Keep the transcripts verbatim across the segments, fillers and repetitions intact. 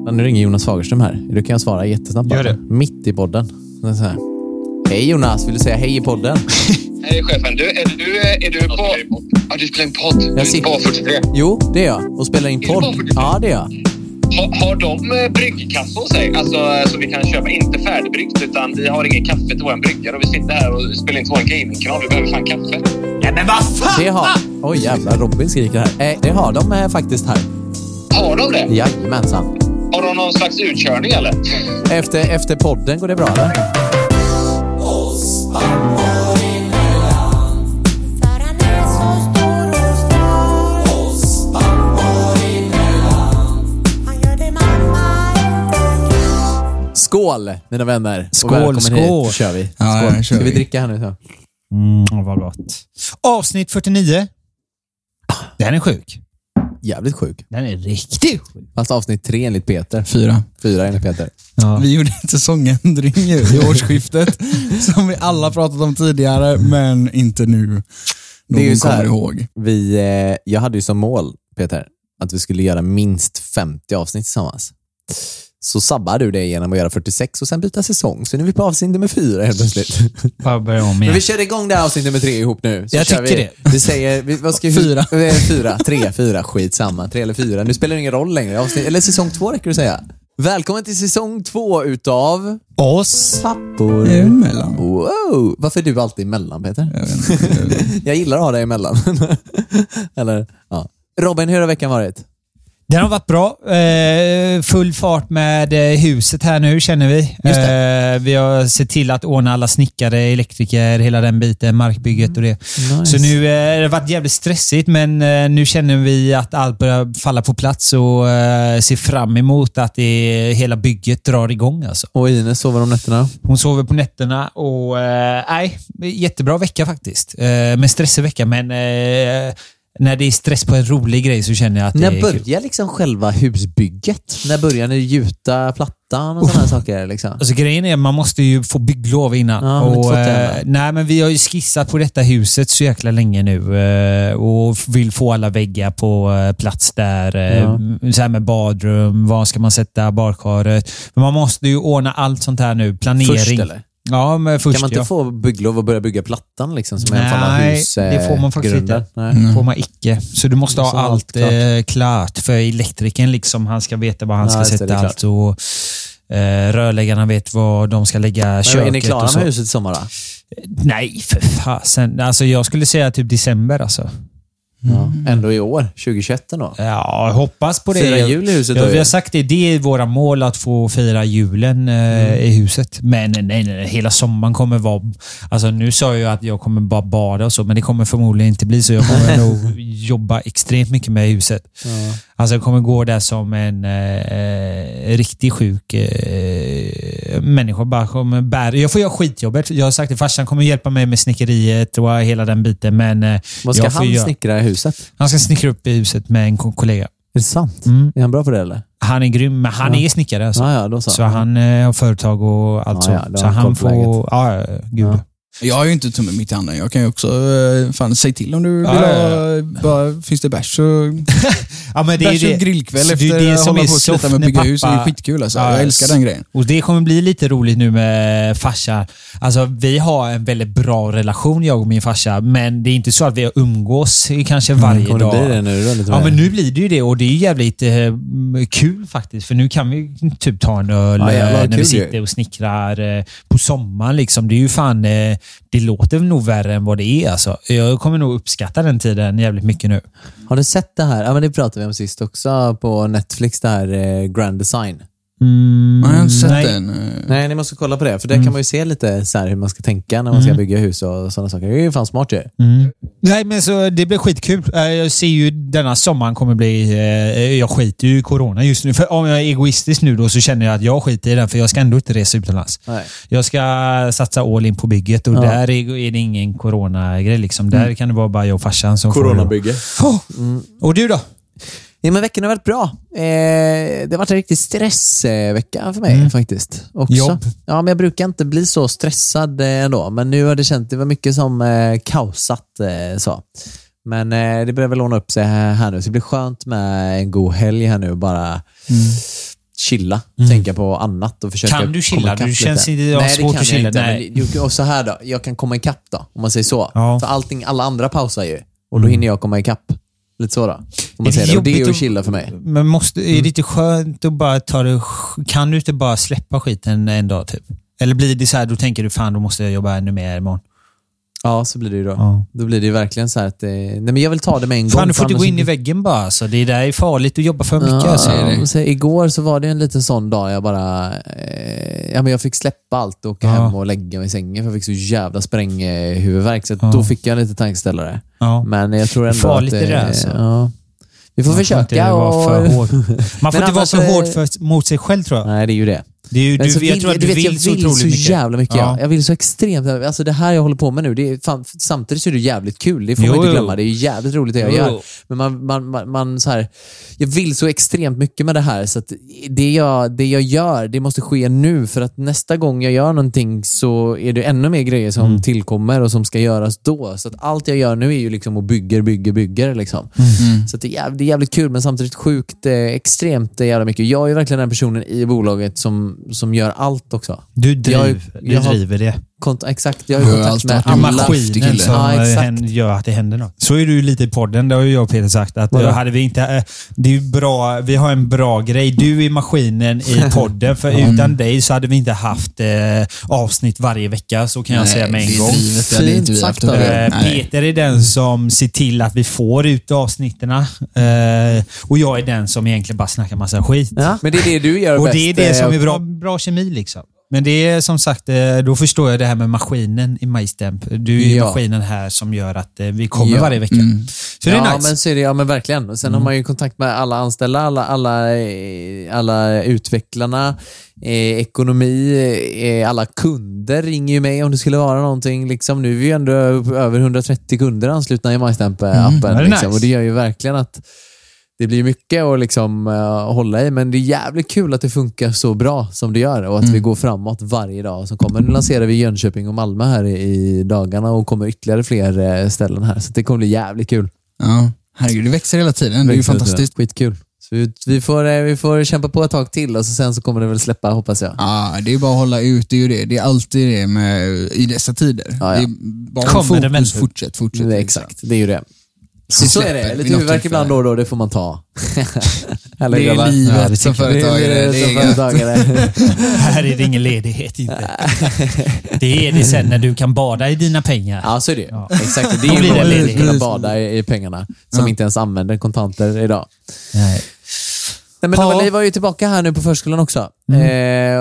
Nu ringer Jonas Fagerström här. Du kan jag svara jättesnabbt. Gör det. Mitt i podden. Så här. Hej Jonas, vill du säga hej i podden? Hej chefen, du, är, du, är du på... Ja, du spelar in podd. Du Jag är på fyrtiotre. Jo, det är jag. Och spelar in Är du podd. på fyrtiotre? Ja, det är jag. Ha, har de eh, bryggkaffe hos sig? Alltså, så vi kan köpa inte färdigbryggt, utan vi har ingen kaffe till våran bryggare och vi sitter här och spelar in till vår gamingkanal. Vi behöver fan kaffe. Ja, men vad fan! Det har... Oj jävlar, Robin skriker här. Eh, det har de eh, faktiskt här. Har de det? Jajamensan. Har de någon slags utkörning eller? Efter, efter podden går det bra, eller? Skål, mina vänner. Skål, och välkommen skål. hit. Nu kör vi. Ja, Skål. ja, kör Ska vi vi. dricka här nu så? Mm, vad gott. Avsnitt fyrtionio. Den är sjuk. Jävligt sjuk. Den är riktigt sjuk. Fast avsnitt tre enligt Peter. Fyra. Fyra enligt Peter. Ja. Vi gjorde en säsongendring ju i årsskiftet som vi alla pratat om tidigare, men inte nu. Någon Det är ju så här. kommer ihåg. Vi, eh, jag hade ju som mål, Peter, att vi skulle göra minst femtio avsnitt tillsammans. Så sabbar du det genom att göra fyrtiosex och sen byta säsong. Så nu är vi på avsnitt nummer fyra helt plötsligt. Bara börja om Men igen. vi kör igång det här avsnitt nummer tre ihop nu. Så Jag kör tycker vi, det. Vi säger, vi, vad ska vi, Fyra. eh, Fyra, tre, fyra, skit samma. Tre eller fyra. Nu spelar det ingen roll längre. Avsnitt, eller säsong två räcker det att säga. Välkommen till säsong två utav Oss. Pappor. Emellan. Wow. Varför är du alltid emellan, Peter? Jag vet inte, jag vet inte. Jag gillar att ha dig emellan. Eller, ja. Robin, hur har veckan varit? Den har varit bra. Eh, full fart med eh, huset här nu, känner vi. Just det. Eh, vi har sett till att ordna alla snickare, elektriker, hela den biten, markbygget och det. Nice. Så nu eh, har det varit jävligt stressigt, men eh, nu känner vi att allt börjar falla på plats och eh, ser fram emot att det, hela bygget drar igång. Alltså. Och Ines sover om nätterna? Hon sover på nätterna och eh, nej, jättebra vecka faktiskt. Eh, men stressig vecka, men eh, när det är stress på en rolig grej så känner jag att När det är börjar kul. liksom själva husbygget? När börjar ni gjuta plattan och sådana här saker? Liksom? Alltså grejen är att man måste ju få bygglov innan. Ja, men inte och, fått det eh, än, nej, men vi har ju skissat på detta huset så jäkla länge nu eh, och vill få alla väggar på eh, plats där. Eh, Ja. Så här med badrum, var ska man sätta badkaret? Men man måste ju ordna allt sånt här nu. Planering. Först eller? Ja, men först Kan man inte ja. få bygglov och börja bygga plattan liksom, som är en fall av Nej, hus, eh, det får man faktiskt grunden? inte. Nej. Det får man icke. Så du måste Du ha måste ha allt, allt klart. Eh, klart. För elektrikern liksom, han ska veta var han Ja, ska just det, sätta det är allt. Och eh, rörläggarna vet var de ska lägga Men köket. är ni klara och så. med huset i sommar då? Nej, för fasen. Alltså jag skulle säga typ december alltså. Ja. Ändå i år, tjugohundratjugoett då? Ja, jag hoppas på det. Fira jul i huset Ja, då vi ju. har sagt det. Det är våra mål att få fira julen eh, i huset. Men nej, nej, nej. Hela sommaren kommer vara... Alltså nu sa jag ju att jag kommer bara bada och så, men det kommer förmodligen inte bli så. Jag kommer nog jobba extremt mycket med huset. Ja. Alltså jag kommer gå där som en eh, riktigt sjuk eh, människa. Bara kommer bära. Jag får göra skitjobbet. Jag har sagt att farsan kommer hjälpa mig med snickeriet och hela den biten. Men eh, Vad ska jag får han göra- snickra i huset? Han ska snickra upp i huset med en ko- kollega. Är det sant? Mm. Är han bra på det eller? Han är grym, men han Ja. är snickare. Alltså. Ja, ja, då så. Så han eh, har företag och allt Ja, så. ja, då så har han han koll på läget. får... Ja, ja, gud. Ja. Jag har ju inte tummen mitt i handen. Jag kan ju också eh, fan, säg till om du vill Ja, ha, ja, bara, finns det bärs så Ja, men det bärs är och det. grillkväll Så det är efter det att som hålla är på och slita soft med när bygga hus. Det är pappa- skitkul alltså. Ja, Jag älskar den grejen. Och det kommer bli lite roligt nu med farsa. Alltså vi har en väldigt bra relation, jag och min farsa. Men det är inte så att vi umgås kanske varje Kommer det dag. bli det nu då? Lite Ja, mer? men nu blir det ju det och det är jävligt eh, kul faktiskt. För nu kan vi typ ta en öl Ja, jävlar, eh, när kul vi ju. sitter och snickrar eh, på sommaren. Liksom. Det är ju fan, eh, det låter nog värre än vad det är. Alltså. Jag kommer nog uppskatta den tiden jävligt mycket nu. Har du sett det här? Ja, men det pratade vi om sist också på Netflix, det här eh, Grand Design. Mm, Jag har inte sett nej. den. eh. Nej, ni måste kolla på det. För där Mm. kan man ju se lite så här hur man ska tänka när man ska Mm. bygga hus och sådana saker. Det är ju fan smart ju. Mm. Nej, men så det blir skitkul. Eh, Jag ser ju denna sommaren kommer bli... Eh, jag skiter ju i corona just nu. För om jag är egoistisk nu då så känner jag att jag skiter i den för jag ska ändå inte resa utomlands. Nej. Jag ska satsa all in på bygget och Ja. där är, är det ingen corona-grej. Liksom. Där kan det vara bara jag och farsan som Coronabygge. får... Oh. Mm. Och du då? Ja, men veckan har varit bra. Eh, det har varit en riktig stressvecka för mig Mm. faktiskt. Också. Jobb. Ja, men jag brukar inte bli så stressad eh, ändå. Men nu har det känt, det var mycket som eh, kaosat eh, så. Men eh, det börjar väl låna upp sig här, här nu. Så det blir skönt med en god helg här nu. Bara Mm. chilla, mm. tänka på annat och försöka Kan du chilla? Du känns inte jag Nej, svårt det att chilla. Inte, Nej. Men, och så här då, jag kan komma ikapp då, om man säger så. Ja. För allting, alla andra pausar ju. Och då hinner jag komma ikapp. Lite så då. Om man är säger det, det. Och det är att, att chilla för mig. Men måste, är det inte skönt att bara ta det... Kan du inte bara släppa skiten en dag typ? Eller blir det så här, då tänker du fan, då måste jag jobba ännu mer imorgon. Ja, så blir det ju då. Ja. Då blir det ju verkligen så här att... Nej, men jag vill ta det med en fan, gång. du får inte gå in så... i väggen bara. Så det där är farligt att jobba för mycket. Ja, alltså. ja, så igår så var det en liten sån dag jag bara... Eh, ja, men jag fick släppa allt och åka Ja. hem och lägga mig i sängen för jag fick så jävla spränghuvudvärk. Så Ja. då fick jag lite tankeställare. Ja. Men jag tror ändå Farligt att... är det, eh, alltså. Ja. Vi får Man försöka får inte vara för och... hård. Man får Men inte vara annars för är- hård för, mot sig själv, tror jag. Nej, det är ju det. Det är ju, Men du, så jag vill, tror att du du vet, jag vill så vill otroligt så mycket. jävla mycket. Ja. Ja. Jag vill så extremt. Alltså det här jag håller på med nu, det är fan, samtidigt så är det jävligt kul. Det får Jo, man inte jo. glömma. Det är jävligt roligt det jag Jo. gör. Men man, man, man, man så här, jag vill så extremt mycket med det här så att det jag, det jag gör, det måste ske nu för att nästa gång jag gör någonting så är det ännu mer grejer som Mm. tillkommer och som ska göras då. Så att allt jag gör nu är ju liksom att bygger, bygger, bygger liksom. Mm. Så att det, är jävligt, det är jävligt kul men samtidigt sjukt, eh, extremt eh, jävla mycket. Jag är verkligen den personen i bolaget som, som gör allt också. Du, driv, Jag- du jag har- driver det. Kont- exakt, jag har Du ju har kontakt alltid med varit en alla. häftig Maskinen kille. som Ja, exakt. hän- gör att det händer något. Så är du lite i podden, det har ju jag och Peter sagt. Att Vadå? hade vi inte, eh, det är ju bra, vi har en bra grej. Du är maskinen i podden, för utan dig så hade vi inte haft eh, avsnitt varje vecka, så kan jag säga med en gång. Det är drivet, det hade Fint inte vi sagt haft. av er. Eh, Nej. Peter är den som ser till att vi får ut avsnitterna. Eh, och jag är den som egentligen bara snackar massa skit. Ja, men det är det du gör Och bäst. det är det som eh, är bra, bra kemi liksom. Men det är som sagt, eh, då förstår jag det här med maskinen i MyStamp. Du är ju Ja. maskinen här som gör att eh, vi kommer Ja. varje vecka. Mm. Så det är ja, nice. men så är det, ja, men verkligen. Och sen har man ju kontakt med alla anställda, alla, alla, eh, alla utvecklarna, eh, ekonomi, eh, alla kunder ringer ju mig om det skulle vara någonting. Liksom. Nu är vi ju ändå över hundratrettio kunder anslutna i MyStamp-appen. det är liksom. nice. Och det gör ju verkligen att det blir mycket att liksom, uh, hålla i, men det är jävligt kul att det funkar så bra som det gör och att Mm. vi går framåt varje dag som kommer. Nu lanserar vi Jönköping och Malmö här i, i dagarna och kommer ytterligare fler uh, ställen här. Så det kommer bli jävligt kul. Ja, herregud, det växer hela tiden. Det är ju fantastiskt. Skitkul. Så vi, vi, får, eh, vi får kämpa på ett tag till och så sen så kommer det väl släppa, hoppas jag. Ja, det är bara att hålla ut. Det är ju det. Det är alltid det med i dessa tider. Ja, ja. Det är bara Kommer det fokus, väl? fortsätt, fortsätt. Det är liksom. exakt, det är ju det. Så, Vi så är släpper det. vid Lite något huvudvärk tillfälle. ibland då och då, det får man ta. Eller Det grabbar. är livet Ja, det som tycker jag. företagare. Det är Det som är inget. företagare. Här är det ingen ledighet inte. Det är det sen när du kan bada i dina pengar. Ja, så är det ju. Ja. Exakt. Det Då är blir ju det målet, att ledigt. kunna bada i, i pengarna som Ja. inte ens använder kontanter idag. Nej. Nej, men Ja. Anneli var ju tillbaka här nu på förskolan också. Eh,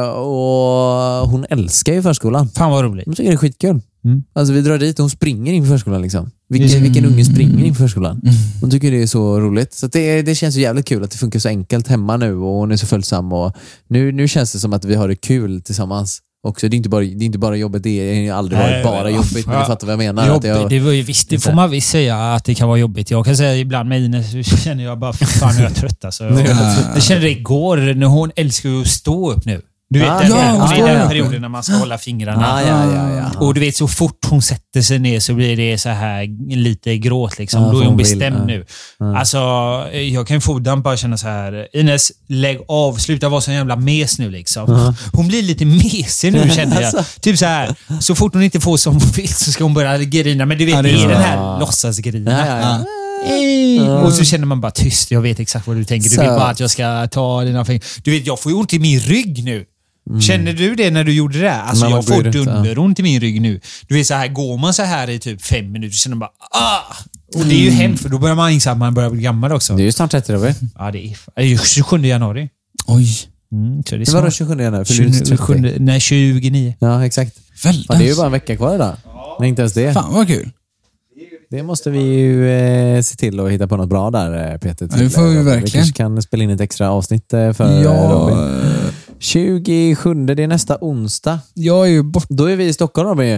och hon älskar ju förskolan. Fan vad roligt. Hon tycker det är skitkul. Mm. Alltså vi drar dit och hon springer in på förskolan liksom. Vilken, Mm. vilken unge springer in på förskolan? Hon tycker det är så roligt. Så att det, det känns ju jävligt kul att det funkar så enkelt hemma nu och hon är så följsam. Och nu, nu känns det som att vi har det kul tillsammans också. Det är inte bara, det är inte bara jobbet, det har aldrig varit Nej, bara men- jobbigt. Men ja. du fattar vad jag menar. Jobbigt, Att jag, det var ju visst, det får man visst säga att det kan vara jobbigt. Jag kan säga ibland med Ines så känner jag bara, för fan nu är jag trött alltså. Jag, jag kände det igår när hon älskar ju att stå upp nu. Du vet, Ah, den, ja, här- hon det är står den upp. perioden när man ska hålla fingrarna. ah, ja, ja, ja. Och du vet, så fort hon sätter sig ner så blir det så här lite gråt liksom. Ja, Då är för hon hon vill, bestämd ja. nu. Alltså, jag kan få damp bara känna så här. Ines, lägg av. Sluta vara så jävla mes nu liksom. Hon blir lite mesig nu känner jag. Alltså. Typ så här. Så fort hon inte får som hon vill så ska hon börja grina. Men du vet, Ja, det det är är så. den här låtsasgrina. Ja, ja, ja. Och så känner man bara tyst. Jag vet exakt vad du tänker. Du Så. vill bara att jag ska ta dina fingrar. Du vet, jag får ju ont i min rygg nu. Känner du det när du gjorde det? Alltså Men man jag går får ju runt, ja. dunderont i min rygg nu. Du vet så här, går man så här i typ fem minuter känner man bara ah! Och det är ju hemskt för då börjar man inse att man börjar bli gammal också. Det är ju snart trettio år. Ja, det är, det är tjugosjunde januari. Oj, Mm, så det är Det var då snart. tjugosjunde januari. Fyller du inte trettio? tjugosjunde, nej, tjugonio. Ja, exakt. väldigt. Fan, det är ju bara en vecka kvar idag. Men inte ens det. Fan vad kul. Det måste vi ju eh, se till att hitta på något bra där, eh, Peter. Ja, det får vi Till, eh, verkligen. Vi kanske kan spela in ett extra avsnitt eh, för Ja, Robin. tjugosjunde, det är nästa onsdag. jag är ju bort. Då är vi i Stockholm, Robin.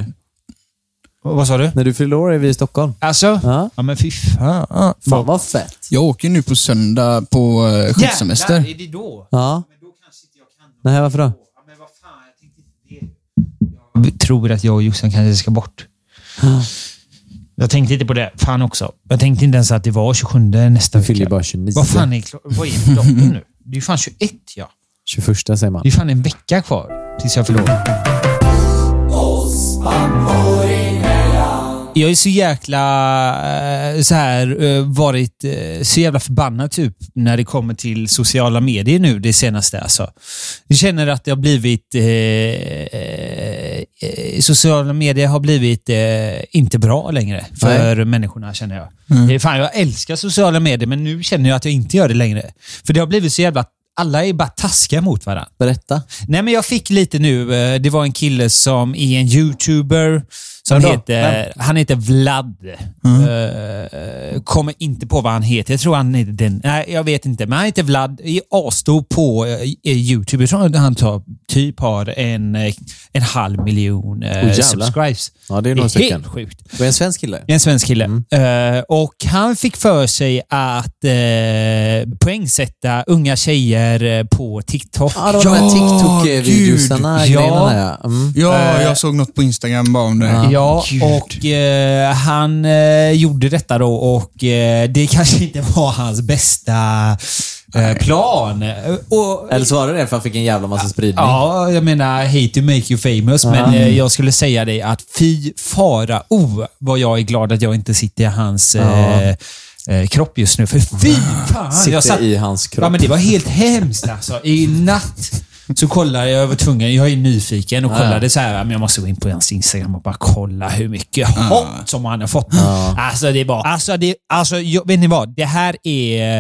Vad sa du? När du fyller år är vi i Stockholm. Alltså? Ja. Ja, men fy fan. Fan vad fett. Jag åker nu på söndag på eh, skidsemester. Jävlar, är det då? Ja. Men då kanske inte jag kan. Nej, varför då? Ja, men vad fan, jag tänkte inte det. Jag tror att jag och Jossan kanske ska bort. Jag tänkte inte på det. Fan också. Jag tänkte inte ens att det var tjugosjunde nästa Du fyller ju vecka. bara tjugonio. Vad fan är, klar- vad är det för datum nu? Det är ju fan tjugoett, ja. tjugoförsta säger man. Det är fan en vecka kvar tills jag förlorar. Jag är så jäkla så här varit så jävla förbannad typ när det kommer till sociala medier nu det senaste alltså. Jag känner att det har blivit eh, eh, sociala medier har blivit eh, inte bra längre för Nej. människorna känner jag. Mm. Fan, jag älskar sociala medier men nu känner jag att jag inte gör det längre. För det har blivit så jävla alla är bara taskiga mot varandra. Berätta. Nej men jag fick lite nu, det var en kille som är en YouTuber som heter, han heter Vlad. Mm. Uh, kommer inte på vad han heter. Jag tror han heter den. Nej, jag vet inte. Men han heter Vlad. I Astå på uh, YouTube. Jag tror att han tar, typ har en, en halv miljon uh, oh, subscribes. Ja, det är några stycken. Helt sjukt. Det är en svensk kille. En svensk kille. Mm. Uh, och han fick för sig att uh, poängsätta unga tjejer på TikTok. Ja, det var ja, de här TikTok-videosarna. Ja, mm. ja, jag såg något på Instagram bara om det. Ja. Ja, och eh, han eh, gjorde detta då och eh, det kanske inte var hans bästa eh, plan. Och, Eller så var det det för han fick en jävla massa spridning. Ja, jag menar hate to make you famous, mm. men eh, jag skulle säga dig att fy fara, oh, vad jag är glad att jag inte sitter i hans eh, eh, kropp just nu. För fy fan! Sitter jag satt, i hans kropp. Ja, men det var helt hemskt alltså. I natt så kollade jag, jag var tvungen, jag är nyfiken och kollade ja. så här, men jag måste gå in på hans Instagram och bara kolla hur mycket ja. hat som han har fått. Ja. Alltså det är bara, alltså det, alltså jag, vet ni vad, det här är,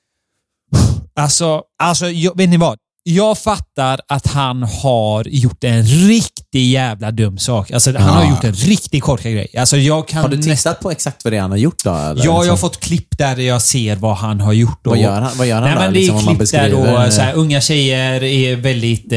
alltså, alltså jag, vet ni vad, jag fattar att han har gjort en riktig jävla dum sak. Alltså han ja. har gjort en riktigt korkad grej. Alltså jag kan har du tittat nästa... på exakt vad det är han har gjort då? Eller? Ja, jag har fått klipp där jag ser vad han har gjort. Då. Vad gör han, vad gör han Nej, då? Men det är liksom, klipp där då, så här, unga tjejer är väldigt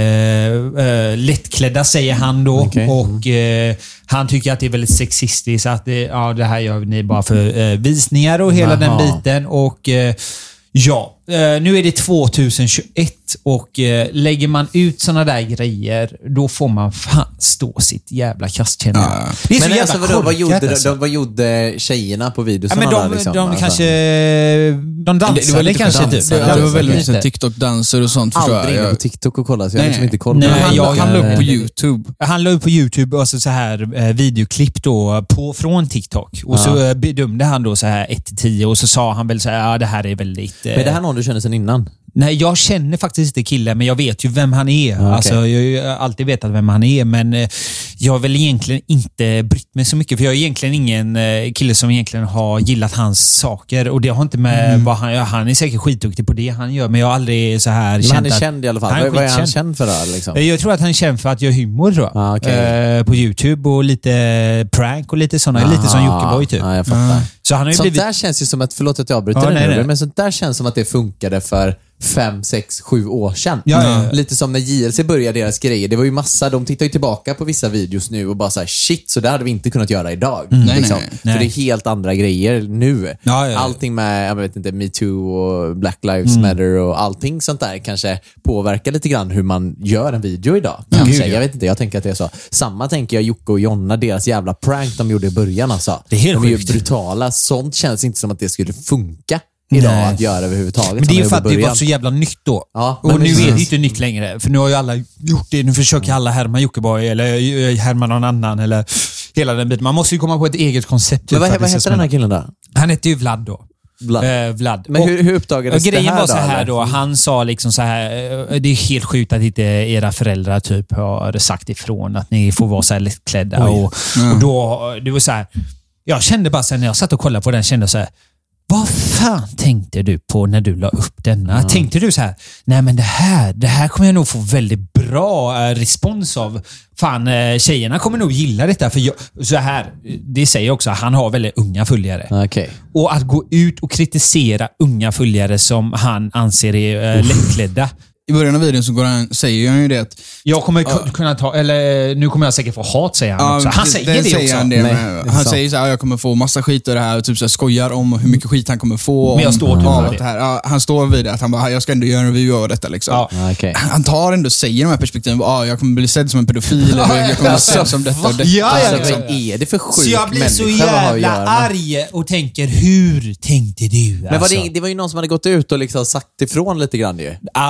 eh, eh, lättklädda, säger han då. Okay. Och eh, han tycker att det är väldigt sexistiskt. Att det, ja, det här gör ni bara för eh, visningar och hela Aha. den biten. Och eh, ja, Uh, nu är det tjugohundratjugoett och uh, lägger man ut såna där grejer, då får man fan stå sitt jävla kast, känner jag. Ja. Det är så men alltså, vad, vad, gjorde, alltså. de, vad gjorde tjejerna på videos? Ja, men de, liksom, de alltså. kanske de dansade det, det var lite kanske dans, typ. Det, det var väldigt mycket TikTok-danser och sånt. Aldrig inne på TikTok och kolla, så jag har liksom inte koll. Nej, han, jag, han la upp på YouTube. Han la upp på YouTube och så, så här eh, videoklipp då på, från TikTok. Och ja. så eh, bedömde han då så här ett till tio och så sa han väl så här, ja det här är väldigt... Eh, men det här någon du känner sen innan? Nej, jag känner faktiskt inte killen, men jag vet ju vem han är. Okay. Alltså, jag har alltid vetat vem han är, men eh, jag har väl egentligen inte brytt mig så mycket, för jag är egentligen ingen eh, kille som egentligen har gillat hans saker, och det har inte med mm. vad han gör. Han är säkert skitduktig på det han gör, men jag har aldrig så här känt. Men han är känd i alla fall. Vad är han känd för då, liksom? Jag tror att han är känd för att göra humor, tror jag. Ah, okay. eh, på YouTube och lite prank och lite sådana, lite som Jockiboi typ. Ja, jag fattar. Så han har ju sånt blivit... där känns ju som att, förlåt att jag avbryter ja, det nu, men sånt där känns som att det funkade för fem, sex, sju år sedan. Ja, ja, ja. Lite som när J L C började deras grejer. Det var ju massa, de tittar ju tillbaka på vissa videos nu och bara så här, shit, så där hade vi inte kunnat göra idag. Mm. Liksom. Nej, nej. För det är helt andra grejer nu. Ja, ja, ja. Allting med, jag vet inte, Me Too och Black Lives mm. Matter och allting sånt där kanske påverkar lite grann hur man gör en video idag. Kanske. Mm. Jag vet inte, jag tänker att det är så. Samma tänker jag Jocke och Jonna, deras jävla prank de gjorde i början alltså. Det är helt de är ju sjukt. brutala. Sånt känns inte som att det skulle funka idag. Nej. Att göra överhuvudtaget. Men det är ju för att det var så jävla nytt då. Ja, och nu är det inte nytt längre. För nu har ju alla gjort det. Nu försöker alla härma Jockiboi eller härma någon annan eller hela den biten. Man måste ju komma på ett eget koncept. Men vad, vad heter den här killen där? Han heter ju Vlad då. Vlad. Eh, Vlad. Men hur, hur uppdagades det här grejen var så här då? då, han sa liksom så här, det är helt sjukt att inte era föräldrar typ har sagt ifrån att ni får vara så här lättklädda. Och, mm. och då, det var så här, jag kände bara sen när jag satt och kollade på den, kände så här, vad fan tänkte du på när du la upp denna? Mm. Tänkte du så här, nej men det här, det här kommer jag nog få väldigt bra eh, respons av. Fan, eh, tjejerna kommer nog gilla detta. För jag, så här, det säger också att han har väldigt unga följare. Okay. Och att gå ut och kritisera unga följare som han anser är eh, lättklädda. I början av videon så går han, säger han ju det att jag kommer uh, kunna ta, eller nu kommer jag säkert få hat, säger han uh, också. Han säger det, det säger också. Han, det, Nej, det han säger så här, jag kommer få massa skit av det här och typ så här, skojar om hur mycket skit han kommer få. Men jag står om, av det. Här. Ja, han står vid det, att han bara, jag ska ändå göra en review av detta liksom. Ja. Okay. Han tar ändå, säger de här perspektiven, ah, jag kommer bli sedd som en pedofil eller jag kommer bli sedd som detta och detta. Ja, ja, alltså, vad är det för sjuk så jag blir så jävla arg och tänker, hur tänkte du? Men var det, det var ju någon som hade gått ut och liksom sagt ifrån lite grann ju. Ja, en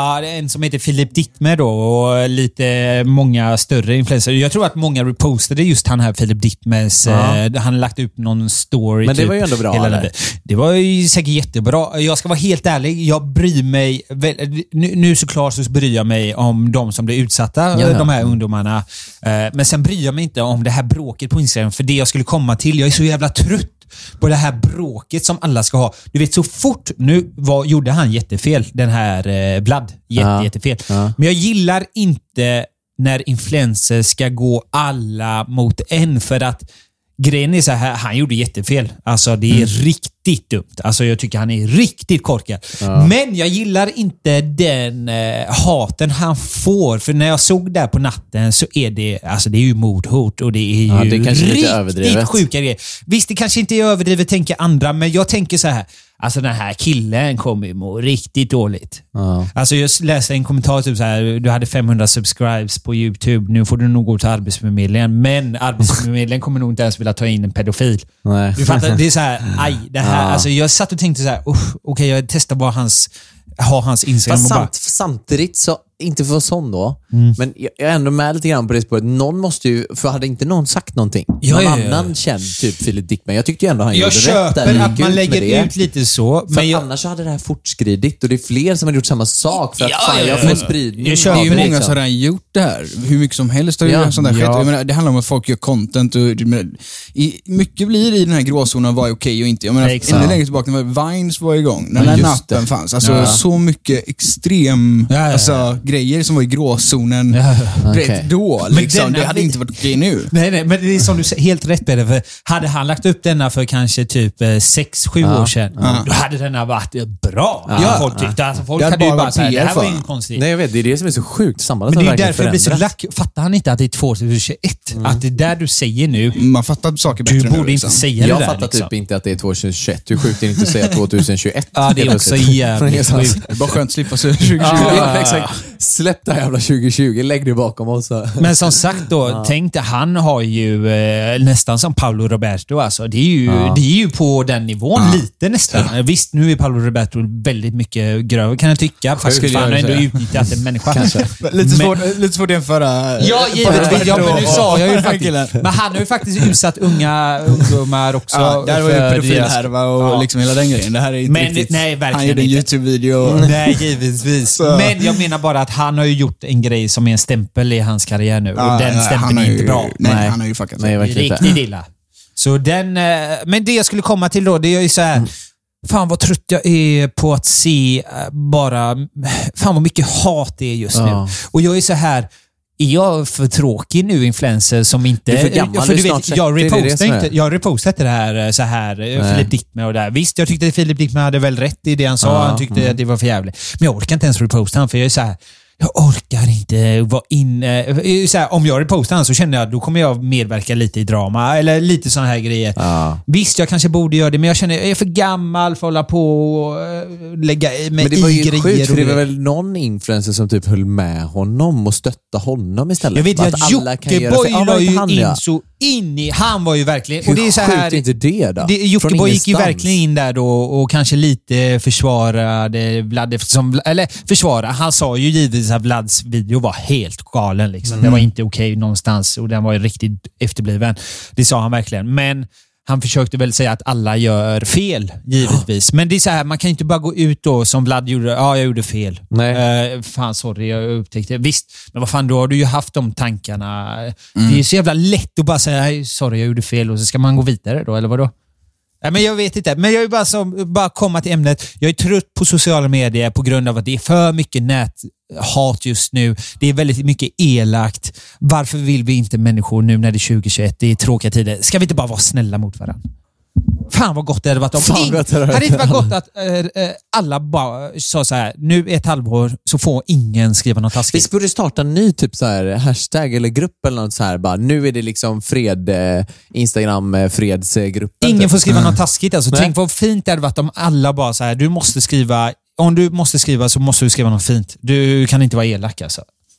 en som heter Filip Dittmer då och lite många större influencer. Jag tror att många repostade just han här Filip Dittmers. Ja. Eh, han lagt upp någon story. Men det typ, var ju ändå bra. hela det. det var ju säkert jättebra. Jag ska vara helt ärlig. Jag bryr mig väl, nu, nu såklart så bryr jag mig om de som blir utsatta, ja. de här ungdomarna. Eh, men sen bryr jag mig inte om det här bråket på Instagram. För det jag skulle komma till, jag är så jävla trött på det här bråket som alla ska ha. Du vet, så fort nu var, gjorde han jättefel, den här eh, Vlad. Jätte, ja. Jättefel. Ja. Men jag gillar inte när influencers ska gå alla mot en, för att grejen är så här, han gjorde jättefel. Alltså det är mm. riktigt dumt. Alltså jag tycker han är riktigt korkad. Ja. Men jag gillar inte den eh, haten han får. För när jag såg där på natten så är det, alltså det är ju mordhot och det är ju ja, det är riktigt överdrivet. Sjuka grejer. Visst, det kanske inte är överdrivet, tänker andra, men jag tänker så här. Alltså den här killen kommer ju må riktigt dåligt. Ja. Alltså jag läste en kommentar typ så här, du hade femhundra subscribes på YouTube, nu får du nog gå till Arbetsförmedlingen, men Arbetsförmedlingen kommer nog inte ens vilja ta in en pedofil. Nej. Du fattar, det är så här, aj, det här, ja. Alltså jag satt och tänkte så här, okej okay, jag testar bara hans, ha hans Instagram. Fast och samt, bara, samtidigt så, inte för sån då, mm. men jag är ändå med lite grann på det spåret. Någon måste ju, för hade inte någon sagt någonting? Ja, någon ja, ja. annan känd, typ Filip Dittmer. Jag tyckte ju ändå han jag gjorde rätt. Jag köper att man lägger ut lite så. För men jag... annars så hade det här fortskridit och det är fler som har gjort samma sak. För att ja, fan, ja, ja. jag får spridning. Jag det är ju många som har redan gjort det här. Hur mycket som helst har ju ja. sånt där skett. Jag menar, det handlar om att folk gör content. Och, menar, i, mycket blir i den här gråzonen vad är okej och inte. Jag menar, ännu längre tillbaka när Vines var igång. När ja, den här nappen det. fanns. Alltså ja. så mycket extrem ja, ja, ja. Alltså, grejer som var i gråzonen ja, ja. rätt okay. då. Liksom. Det hade vi... inte varit okej nu. Nej, nej, men det är som du säger, helt rätt med det. För hade han lagt upp denna för kanske typ sex sju ja. år sedan, ja. då hade denna varit bra. Ja. Folk tyckte. Alltså, folk hade, hade ju bara sagt, det här var ju konstigt. Nej, jag vet, det är det som är så sjukt. Men det är ju därför det blir så lack. Fattar han inte att det är tjugohundratjugoett? Mm. Att det där du säger nu, man fattar saker bättre. Du borde nu, liksom. inte säga jag det där. Jag fattar liksom. typ inte att det är tjugohundratjugoett. Hur sjukt är det inte att säga tjugohundratjugoett? Ja, det är också jävligt sjukt. Det är bara skönt att slippa sig tjugo tjugo. Ja, exakt. Släpp det här jävla tjugo tjugo. Lägg det bakom oss. Men som sagt då, ja. tänkte han har ju eh, nästan som Paolo Roberto. Alltså. Det, är ju, ja. det är ju på den nivån ja. lite nästan. Ja. Visst, nu är Paolo Roberto väldigt mycket grövre kan jag tycka. Fast han har ändå utnyttjat en människa. lite, svårt, lite svårt att jämföra. Ja, givetvis. Ja, men nu sa jag ju faktiskt. Men han har ju faktiskt utsatt unga ungdomar också. Ja, där var ju pedofilhärva och ja. liksom hela den grejen. Det här är inte men, riktigt. Nej, verkligen han gjorde en YouTube-video. Nej, givetvis. Så. Men jag menar bara att han har ju gjort en grej som är en stämpel i hans karriär nu. Ja, och den ja, stämpeln är ju, inte bra. Nej, nej, han har ju fuckat nej, riktigt illa. Så den, men det jag skulle komma till då, det är ju så här. Mm. Fan vad trött jag är på att se bara, fan vad mycket hat det är just ja. nu. Och jag är så här, är jag för tråkig nu, influencer som inte... Du är för gammal, för du vet, jag repostar inte, jag repostar inte det här så här, Filip Dittmer och där. Visst, jag tyckte att Filip Dittmer hade väl rätt i det han sa. Ja, han tyckte mm. att det var för jävligt. Men jag orkar inte ens reposta han, för jag är så här, jag orkar inte vara inne... Så här, om jag repostar han så känner jag, då kommer jag medverka lite i drama eller lite såna här grejer. Ja. Visst, jag kanske borde göra det, men jag känner jag är för gammal för att hålla på och lägga mig i grejer. Men det var ju sjukt, för det var väl någon influencer som typ höll med honom och stötta honom istället. Jag vet ju att Jockiboi la ju in ja. så in i... Han var ju verkligen... Hur och det är så här, inte det då? Jockiboi gick ju verkligen in där då och kanske lite försvarade Vlad eftersom... Eller försvara. Han sa ju givetvis att Vlads video var helt galen. Liksom. Mm. Det var inte okej okay någonstans och den var ju riktigt efterbliven. Det sa han verkligen. Men han försökte väl säga att alla gör fel, givetvis. Men det är så här, man kan inte bara gå ut då som Vlad gjorde. Ja, jag gjorde fel. Nej. Uh, fan, sorry, jag upptäckte. Visst, men vad fan, då har du ju haft de tankarna. Mm. Det är så jävla lätt att bara säga, sorry, jag gjorde fel. Och så ska man gå vidare då, eller vadå? Ja, men jag vet inte. Men jag vill bara, som, bara komma till ämnet. Jag är trött på sociala medier på grund av att det är för mycket näthat just nu. Det är väldigt mycket elakt. Varför vill vi inte människor nu när det är tjugohundratjugoett? Det är tråkiga tider. Ska vi inte bara vara snälla mot varandra? Fan vad gott det hade varit om. Fan, gott det hade inte varit gott att äh, äh, alla bara sa så här, nu ett halvår så får ingen skriva något taskigt. Vi borde starta en ny typ så här hashtag eller grupp eller något så här bara, nu är det liksom fred eh, Instagram eh, fredsgruppen. Ingen typ. får skriva något taskigt alltså. Tänk vad fint det hade varit om alla bara så här, du måste skriva, om du måste skriva så måste du skriva något fint. Du kan inte vara elak alltså.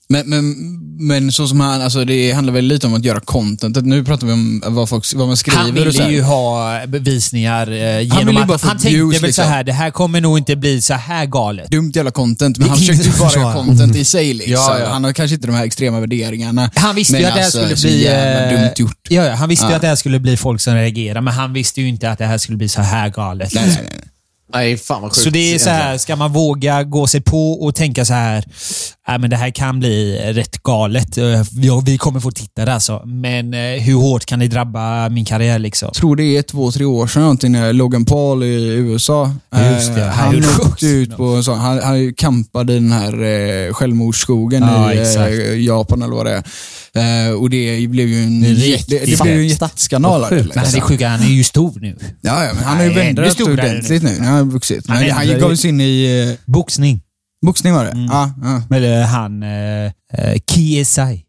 Men, men, men så som han, alltså det handlar väl lite om att göra content. Nu pratar vi om vad, folk, vad man skriver. Han ville ju ha bevisningar eh, genom han att han tänkte views, väl liksom. Så här, det här kommer nog inte bli så här galet. Dumt jävla content, men han försökte ju bara göra content i sig liksom. Ja, ja. Han har kanske inte de här extrema värderingarna. Han visste ju att det här alltså, skulle bli eh, dumt gjort. Ja, ja, han visste ja. ju att det här skulle bli folk som reagerar, men han visste ju inte att det här skulle bli så här galet. Nej, nej, nej. Nej, fan vad sjukt. Så det är så här, ska man våga gå sig på och tänka så här, nej men det här kan bli rätt galet. Ja, vi kommer få titta där alltså. Men hur hårt kan det drabba min karriär liksom? Jag tror det är två, tre år sedan någonting när Logan Paul i U S A. Just det, han åkte ut på så han, han kampade i den här eh, självmordsskogen ja, i eh, Japan eller vad det är. Uh, och det blev ju en, det, det, det blev ju en jätteskandal. Men han är sjuk, han är ju stor nu. Ja, ja men han har ju vändrat ordentligt nu. Han har vuxit. Men han gick av sin i... Uh, boxning. Boxning var det? Mm. Ja. ja. Men han... Uh, uh, Kiesai.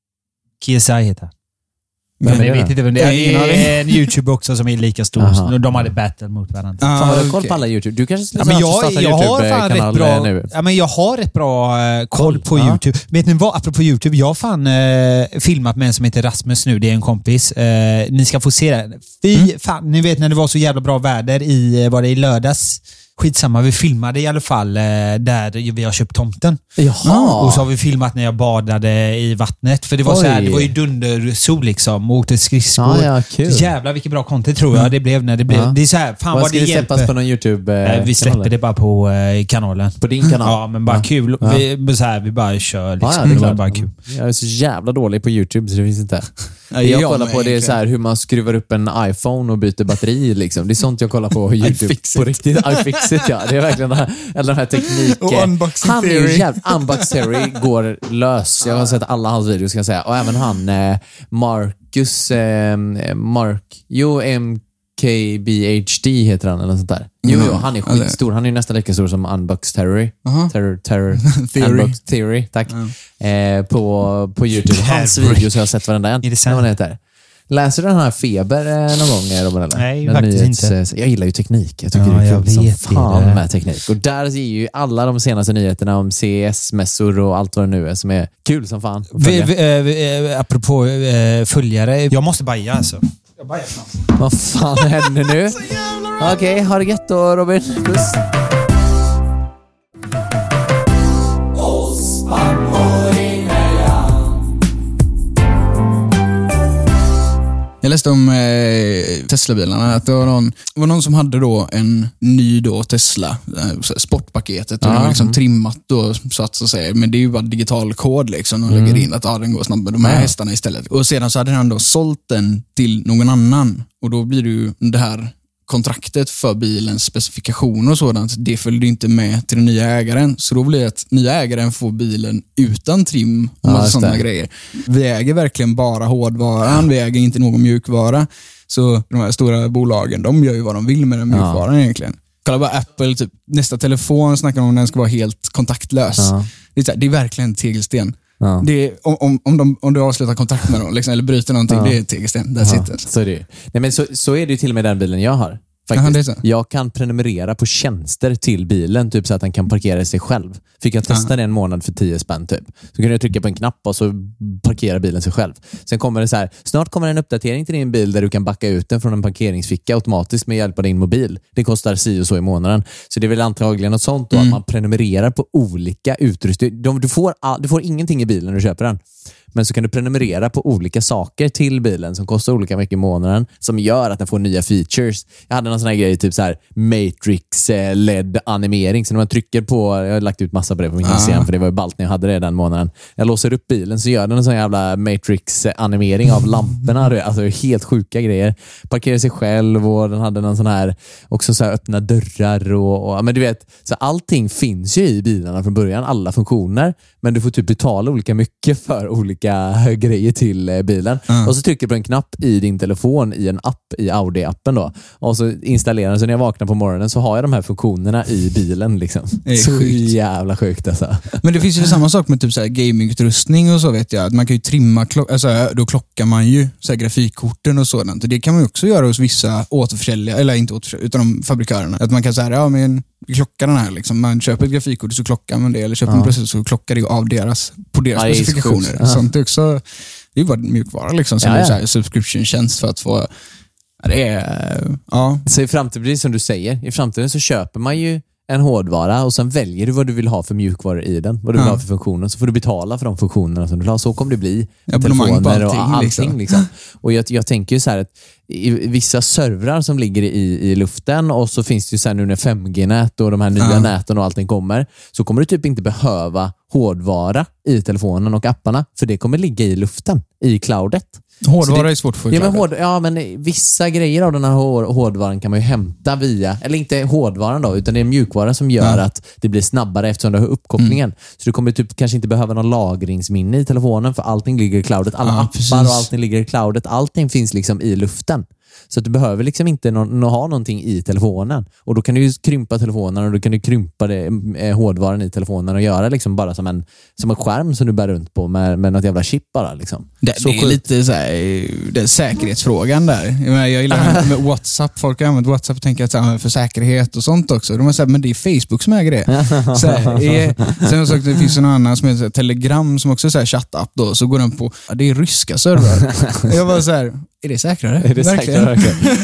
Kiesai heter han. Men jag vet inte vem det är. Det är en YouTube också som är lika stor. Aha. De hade battle mot varandra. Ah, fan, har du koll på alla YouTube? Du kanske skulle ja, men jag, jag har fan rätt bra, nu. Ja, men jag har rätt bra uh, koll på ah. YouTube. Vet ni vad? Apropå YouTube. Jag har fan uh, filmat med en som heter Rasmus nu. Det är en kompis. Uh, ni ska få se det. Fy mm. fan. Ni vet när det var så jävla bra väder i, var det i lördags? Skitsamma, vi filmade i alla fall eh, där vi har köpt tomten. Jaha. Och så har vi filmat när jag badade i vattnet. För det var, så här, det var ju dundersol liksom. Och åkte skridskor. Ah, ja, kul. Jävlar vilket bra content tror jag det blev när det blev. Ja. Det är så här, fan vad, vad det hjälper. Släppas på någon YouTube eh, eh, Vi släpper kanalen. Det bara på eh, kanalen. På din kanal? Ja, men bara ja. Kul. Ja. Vi, så här, vi bara kör liksom. Ah, ja, det, det var bara kul. Jag är så jävla dålig på YouTube så det finns inte. Det jag kollar på det är så här, hur man skruvar upp en iPhone och byter batteri liksom. Det är sånt jag kollar på YouTube på riktigt. iFixit, ja. Det är verkligen den här, eller den här tekniken. Och Unboxing han Theory. är ju jävligt, Unboxing Theory går lös. Jag har sett alla hans videos ska jag säga. Och även han eh, Marcus eh, Mark Jo M K B H D heter han eller något sånt där. Jo, jo han är skitstor. Han är ju nästan lika stor som Unbox Theory. Uh-huh. Terror, terror, Theory. Unbox Theory, tack. Uh-huh. Eh, på, på YouTube. Hans Terry. videos har jag sett varenda en. Är det sant? Heter. Läser du den här Feber eh, någon gång, Robin? Eller? Nej, den faktiskt nyhets, inte. Jag gillar ju teknik. Jag tycker ja, det är kul vet som fan det. med teknik. Och där är ju alla de senaste nyheterna om C S-mässor och allt vad det nu är som är kul som fan. Vi, vi, vi, apropå eh, följare, jag måste baja alltså. Jag bajar snart. Vad fan händer nu? Okej, okay, ha det gött då, Robin. Puss. Jag läste om eh, Tesla-bilarna att det var någon, var någon som hade då en ny då Tesla eh, sportpaketet och ah, den var liksom mm. trimmat då så att så säga, men det är ju bara digital kod liksom och mm. lägger in att ah, den går snabbt med de här ah. hästarna istället. Och sedan så hade han då sålt den till någon annan och då blir det ju det här kontraktet för bilens specifikationer och sådant, det följde inte med till den nya ägaren. Så då blir det att nya ägaren får bilen utan trim och ja, massa sådana grejer. Vi äger verkligen bara hårdvaran, vi äger inte någon mjukvara. Så de här stora bolagen, de gör ju vad de vill med den mjukvaran ja. egentligen. Kolla bara Apple, typ, nästa telefon snackar om att den ska vara helt kontaktlös. Ja. Det, är så här, det är verkligen tegelsten. Ja. Det är, om, om, om, de, om du avslutar kontakt med dem liksom, eller bryter någonting, ja. det är tegelsten. Där ja. sitter. Så är det ju. Nej, men så, så är det ju till och med den bilen jag har. Faktiskt. Aha, jag kan prenumerera på tjänster till bilen typ så att den kan parkera sig själv. Fick jag testa det en månad för tio spänn typ. Så kunde jag trycka på en knapp och så parkerar bilen sig själv. Sen kommer det så här, snart kommer en uppdatering till din bil där du kan backa ut den från en parkeringsficka automatiskt med hjälp av din mobil. Det kostar si och så i månaden. Så det är väl antagligen något sånt då, mm. att man prenumererar på olika utrustning. Du får, du får ingenting i bilen när du köper den. Men så kan du prenumerera på olika saker till bilen som kostar olika mycket i månaden som gör att den får nya features. Jag hade någon sån här grej typ så här Matrix L E D-animering. Så när man trycker på, jag har lagt ut massa på det på min Instagram för det var ju ballt när jag hade det den månaden. Jag låser upp bilen så gör den en sån jävla Matrix-animering av lamporna. Alltså helt sjuka grejer. Parkerar sig själv och den hade någon sån här också så här öppna dörrar och, och men du vet, så allting finns ju i bilarna från början, alla funktioner. Men du får typ betala olika mycket för olika grejer till bilen. Mm. Och så trycker du på en knapp i din telefon i en app, i Audi-appen då. Och så installerar den, så när jag vaknar på morgonen så har jag de här funktionerna i bilen liksom. Det är så sjukt. Jävla sjukt alltså. Men det finns ju samma sak med typ så här gamingutrustning och så vet jag. Att man kan ju trimma, klock- alltså, då klockar man ju så här grafikkorten och sådant. Och det kan man ju också göra hos vissa återförsäljare, eller inte återförsäljare, utan de fabrikörerna. Att man kan säga, ja men klocka den här liksom. Man köper ett grafikkort så klockar man det, eller köper ja. en processor så klockar det av deras, på deras ja, specifikationer. Ja. Sånt är också, det är bara mjukvara liksom, som ja, ja. är så här subscription-tjänst för att få, ja, det är, ja. Så i framtiden, precis som du säger, i framtiden så köper man ju en hårdvara och sen väljer du vad du vill ha för mjukvaror i den, vad du vill ja. ha för funktioner, så får du betala för de funktionerna som du vill ha. Så kommer det bli ja, telefoner allting, och allting liksom. liksom. Och jag, jag tänker ju så här att i vissa servrar som ligger i, i luften, och så finns det ju så här nu när fem G-nät och de här nya ja. näten och allting kommer, så kommer du typ inte behöva hårdvara i telefonen och apparna, för det kommer ligga i luften, i cloudet. Hårdvara det, är svårt för ja men, hård, ja, men vissa grejer av den här hårdvaran kan man ju hämta via, eller inte hårdvaran då, utan det är mjukvaran som gör ja. att det blir snabbare eftersom du har uppkopplingen. Mm. Så du kommer typ kanske inte behöva någon lagringsminne i telefonen, för allting ligger i cloudet. Alla ja, appar precis. och allting ligger i cloudet. Allting finns liksom i luften. Så att du behöver liksom inte no- ha någonting i telefonen. Och då kan du ju krympa telefonen, och då kan du krympa det, eh, hårdvaran i telefonen och göra liksom bara som en, som en skärm som du bär runt på med, med något jävla chip bara. Liksom. Det, det är lite så här, det är säkerhetsfrågan där. Jag, menar, jag gillar med WhatsApp. Folk har använt WhatsApp och tänker att så här, för säkerhet och sånt också. De har sagt, men det är Facebook som äger det. Så här, är, sen har jag sagt, det finns en annan som heter Telegram som också är så här chattapp då. Så går den på, ja, det är ryska servrar. Jag var så här, är det säkrare? Är det säkrare?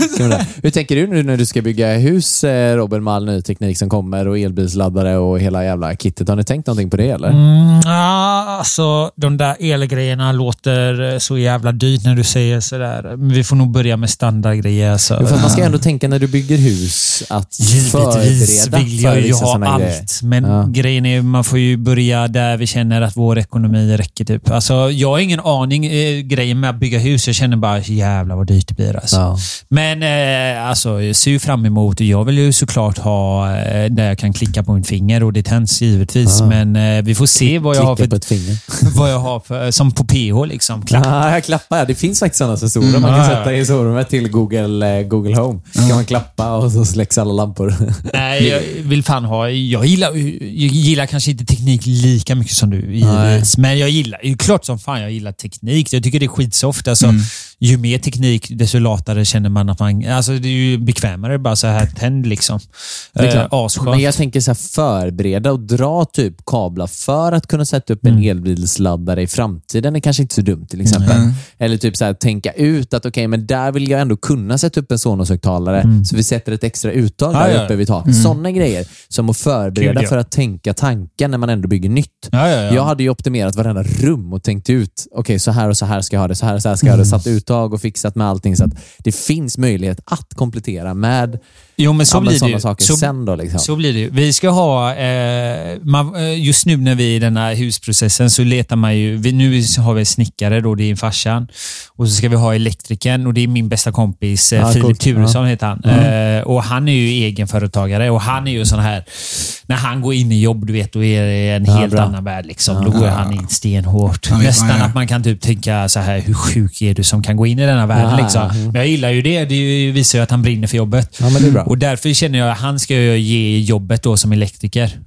Hur tänker du nu när du ska bygga hus, Robin, med all ny teknik som kommer och elbilsladdare och hela jävla kittet? Har ni tänkt någonting på det eller? Mm, ja, alltså de där elgrejerna låter så jävla dyrt när du säger sådär. Vi får nog börja med standardgrejer. Alltså. Ja, för man ska ändå tänka när du bygger hus att givetvis vill jag ju ha allt. Grejer. Men ja. grejen är, man får ju börja där vi känner att vår ekonomi räcker typ. Alltså, jag har ingen aning eh, grejen med att bygga hus. Jag känner bara, jävlar vad dyrt det blir. Alltså. Ja. Men eh, alltså, jag ser ju fram emot, och jag vill ju såklart ha eh, där jag kan klicka på mitt finger, och det tänds givetvis. Ja. Men eh, vi får se vad jag klicka har för på ett finger. vad jag har för, som på P H liksom. Klapp. Ja, jag klappar. Det finns faktiskt sådana sensorer. Mm. Man kan sätta i sovrummet till Google, eh, Google Home. Så kan man klappa och så släcks alla lampor. Nej, jag vill fan ha, jag gillar, jag gillar kanske inte teknik lika mycket som du givetvis, men jag gillar, det är klart som fan jag gillar teknik. Jag tycker det är skitsoft. Alltså, mm. ju mer teknik, desto latare känner man att man, alltså det är ju bekvämare bara så här tänd liksom. Eh, asskönt. Men jag tänker så här, förbereda och dra typ kablar för att kunna sätta upp mm. en elbilsladdare i framtiden är kanske inte så dumt till exempel. Mm. Eller typ så här, tänka ut att okej, okay, men där vill jag ändå kunna sätta upp en Sonos-högtalare mm. så vi sätter ett extra uttag där ja, uppe vid taket. Mm. Sådana grejer som att förbereda Gud, ja. för att tänka tanken när man ändå bygger nytt. Ja, ja, ja. Jag hade ju optimerat varenda rum och tänkt ut, okej, okay, så här och så här ska jag ha det, så här och så här ska jag ha det, satt uttag och fixat med allting så att det finns möjlighet att komplettera med jo, men så blir det saker så, sen då liksom. Så blir det. Vi ska ha eh, man, just nu när vi är i den här husprocessen så letar man ju, vi, nu har vi snickare då, det är en farsan, och så ska vi ha elektrikern, och det är min bästa kompis eh, ja, Filip Turesson ja. heter han. Mm. Eh, och han är ju egenföretagare, och han är ju sån här, när han går in i jobb, du vet, då är det en ja, helt bra. annan värld liksom. Ja, då går ja. han in stenhårt. Ja, Nästan ja, ja. att man kan typ tänka så här, hur sjuk är du som kan gå in i denna värld ja, liksom. Men jag gillar ju det, det visar ju att han brinner för jobbet. Ja, men det är bra. Och därför känner jag att han ska ge jobbet då som elektriker.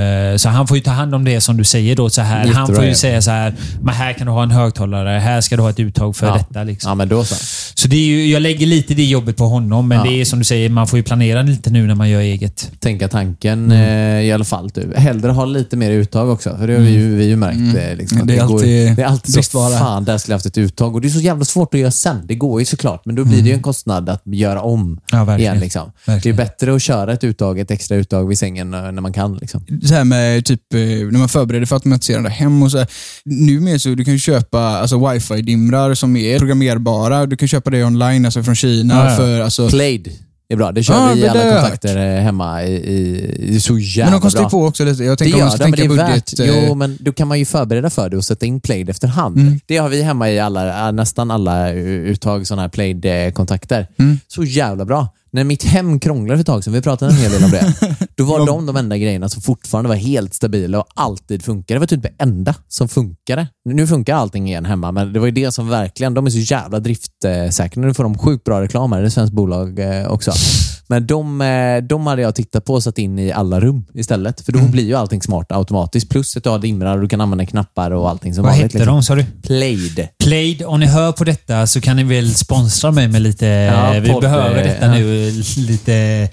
Så han får ju ta hand om det som du säger då så här. Han får ju säga så här, men här kan du ha en högtalare, här ska du ha ett uttag för ja. detta liksom. Ja, men då så. Så det är ju, jag lägger lite det jobbet på honom, men ja. det är som du säger, man får ju planera lite nu när man gör eget. Tänka tanken mm. eh, i alla fall typ. Hellre ha lite mer uttag också, för det har vi ju, vi ju märkt mm. liksom, det, är det, alltid, går, det är alltid så fan, där skulle jag haft ett uttag, och det är så jävla svårt att göra sen. Det går ju såklart, men då blir det ju en kostnad att göra om ja, igen liksom. Det är bättre att köra ett uttag, ett extra uttag vid sängen när man kan liksom. Så här med typ när man förbereder för att automatisera det hem och så här. Nu med så du kan köpa alltså wifi-dimrar som är programmerbara. Du kan köpa det online alltså från Kina ja, ja. för alltså Played är bra. Det kör ja, vi i alla kontakter hemma i, i, i så jävla bra. Men de kostar bra. på också lite. Jag tänker det om man ska det, tänka det budget. Värt, jo, men då kan man ju förbereda för det och sätta in Played efterhand. Mm. Det har vi hemma i alla, nästan alla uttag sådana här Played-kontakter. Mm. Så jävla bra. När mitt hem krånglade för ett tag sedan, vi pratade en hel del om det, då var de de enda grejerna som fortfarande var helt stabila och alltid funkade. Det var typ det enda som funkade. Nu funkar allting igen hemma, men det var ju det som verkligen, de är så jävla driftsäkra. Nu får de sjukt bra reklam här, det är ett svenskt bolag också. Men de, de hade jag tittat på och satt in i alla rum istället. För då mm. blir ju allting smart automatiskt. Plus att du har dimrar och du kan använda knappar och allting som Vad vanligt. Vad heter liksom. de, sa du? Played. Played. Om ni hör på detta så kan ni väl sponsra mig med lite... Ja, vi podd, behöver detta ja. nu. Lite...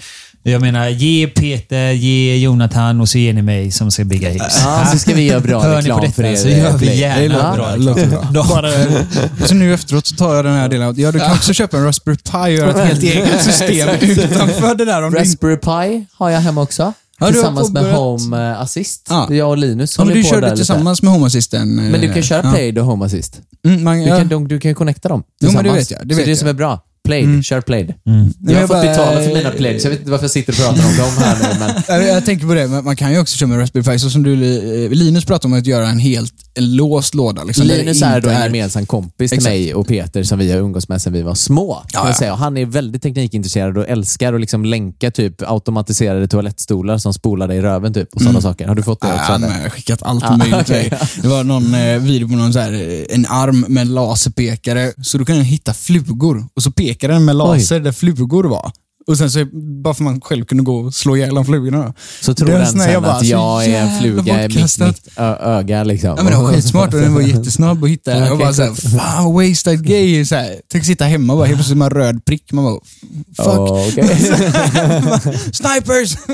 Jag menar, ge Peter, ge Jonathan och så ger ni mig som ska bygga hus. Ja, så ska vi göra bra Hör reklam ni på för detta, er. så gör vi Play. gärna bra reklam. Bara, så nu efteråt så tar jag den här delen. Ja, du kan också köpa en Raspberry Pi och göra ett helt eget system utanför det där. Om Raspberry Pi har jag hemma också. Ja, tillsammans med påbörjat... Home Assist. Ja. Jag och Linus ja, men håller du på körde där tillsammans lite. med Home Assisten. Men du kan köra ja. Plaid och Home Assist. Mm, man, Du ja. kan, du kan ju connecta dem Jo, men det tillsammans. vet jag. Det så vet det är jag. som är bra. Plaid, mm. kör Plaid. Mm. Jag har jag fått bara, betala för mina Plaid, så jag vet inte varför jag sitter och pratar om dem här nu. Men... Jag, jag tänker på det, men man kan ju också köra med Raspberry Pi. Så som du, Linus pratade om att göra en helt en låst låda. Liksom, Linus är då en är... gemensam kompis till Exakt. mig och Peter som vi har umgås med sedan vi var små. Ja, Kan jag ja. säga. Och han är väldigt teknikintresserad och älskar att liksom länka typ automatiserade toalettstolar som spolar dig i röven typ, och sådana Mm. saker. Har du fått det också? Ja, eller? men jag har skickat allt Ah, möjligt. okay. Det var någon eh, video på någon så här, eh, en arm med en laserpekare, så då kan den hitta flugor och så pekar den med laser Oj. där flugor var. Och sen så bara för man själv kunde gå och slå ihjäl de flugorna. Så tror den sen jag bara, att jag är en fluga i mitt, mitt ö- öga liksom. Ja, men det var skitsmart och den var jättesnabb att hitta. Okay, jag bara såhär, fan wasted gay. Så här, tänk sitta hemma och bara helt plötsligt med en röd prick. Man bara, fuck. Oh, okay. Snipers!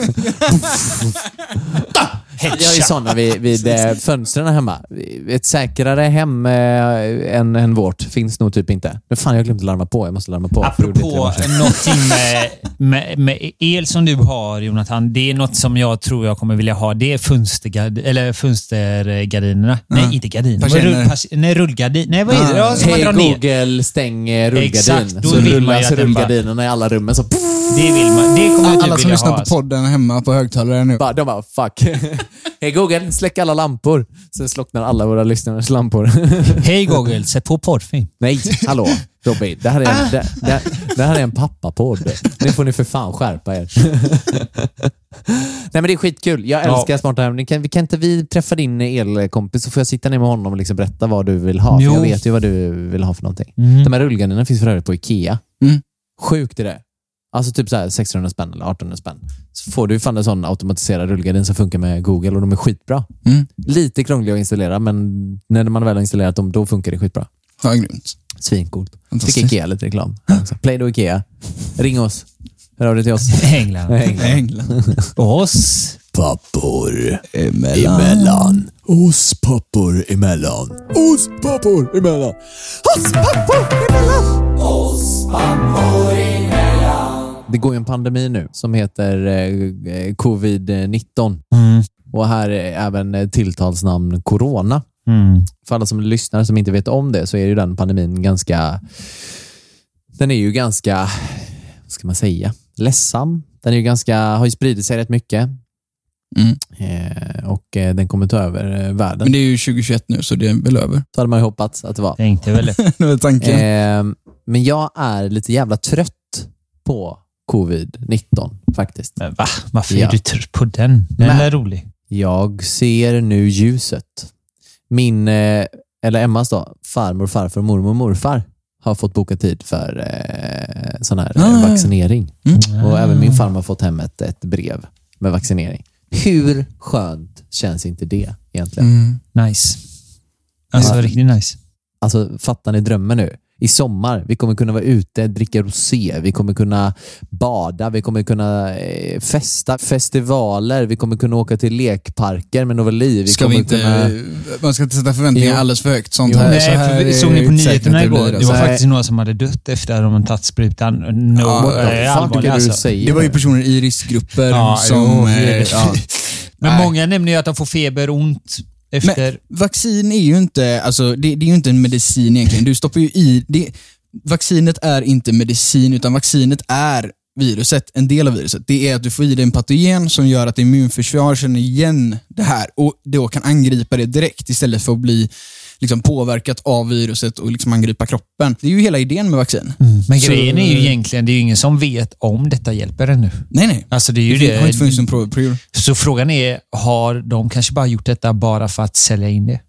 Jag har ju sådana vid, vid eh, fönstren hemma. Ett säkrare hem eh, än, än vårt finns nog typ inte. Men fan, jag har glömt att larma på. Jag måste larma på. Apropå någonting med, med, med el som du har, Jonathan. Det är något som jag tror jag kommer vilja ha. Det är fönstergard, eller fönstergardinerna. Mm. Nej, inte gardiner. Rull, pas, nej, rullgardin. Nej, vad är det? Ja, hey, Google, stäng rullgardin. Exakt, så rullas rullgardinerna bara... i alla rummen. Så, det vill man. Det kommer alla typ som lyssnar ha, på podden hemma på högtalare nu. Bara, de bara, fuck. Hej Google, släck alla lampor. Sen slocknar alla våra lyssnares lampor. Hej Google, sätt på poddfilm. Nej, hallå Robin. Det här är en, det, det, det här är en pappapodd. Nu får ni för fan skärpa er. Nej, men det är skitkul. Jag älskar ja. smarta hem. Kan, kan inte vi träffa din elkompis så får jag sitta ner med honom och liksom berätta vad du vill ha. För jag vet ju vad du vill ha för någonting. Mm. De här rullgardinerna finns för övrigt på Ikea. Mm. Sjukt är det. Alltså typ så här sexhundra spänn eller artonhundra spänn. Så får du fan en sån automatiserad rullgardin som funkar med Google och de är skitbra. Mm. Lite krångliga att installera, men när man väl har installerat dem, då funkar det skitbra. Ja, grymt. Svincoolt. Fick Ikea lite reklam. Play-Doh Ikea. Ring oss. Hör av dig till oss. England. England. England. Oss. Pappor emellan. emellan. Oss pappor emellan. Oss pappor emellan. Oss pappor emellan. Oss pappor emellan. Det går ju en pandemi nu som heter eh, covid nitton. Mm. Och här är även tilltalsnamn corona. Mm. För alla som lyssnar som inte vet om det så är ju den pandemin ganska... Den är ju ganska... Vad ska man säga? Ledsam. Den är ju ganska... Har ju spridit sig rätt mycket. Mm. Eh, och eh, den kommer ta över eh, världen. Men det är ju tjugohundratjugoett nu så det är väl över. Så hade man ju hoppats att det var. Tänkte väl. Det var tanken. Eh, men jag är lite jävla trött på covid nitton faktiskt. Men va? Varför ja. är du trött på den? Den men, är rolig. Jag ser nu ljuset. Min, eh, eller Emmas då, farmor, farfar, mormor och morfar har fått boka tid för eh, sån här ah, eh, vaccinering. Mm. Och även min farmor har fått hem ett, ett brev med vaccinering. Hur skönt känns inte det egentligen? Mm. Nice. Alltså ja. riktigt nice. Alltså fattar ni drömmen nu? I sommar, vi kommer kunna vara ute, dricka rosé, vi kommer kunna bada, vi kommer kunna eh, festa, festivaler, vi kommer kunna åka till lekparker med Novali. Vi ska kommer vi inte, kunna... Man ska inte sätta förväntningar jo. alldeles för högt. Sånt jo, här, nej, så här för vi såg ni på nyheterna igår. Det, det var nej. faktiskt några som hade dött efter att de hade tagit sprutan. No, ja, äh, allvarligt, alltså. Det var ju personer i riskgrupper ja, som... Jo, eh, ja. Men nej. Många nämner ju att de får feber, ont... Efter... Men vaccin är ju inte, alltså det, det är ju inte en medicin egentligen. Du stoppar ju i, det, vaccinet är inte medicin utan vaccinet är viruset, en del av viruset. Det är att du får i dig en patogen som gör att immunförsvar känner igen det här och då kan angripa det direkt istället för att bli liksom påverkat av viruset och liksom angripa kroppen. Det är ju hela idén med vaccin. Mm. Men grejen är ju egentligen, det är ju ingen som vet om detta hjälper ännu. Nej, nej. Alltså det är ju det. det. Har inte funnits en prov, prov. Så frågan är, har de kanske bara gjort detta bara för att sälja in det?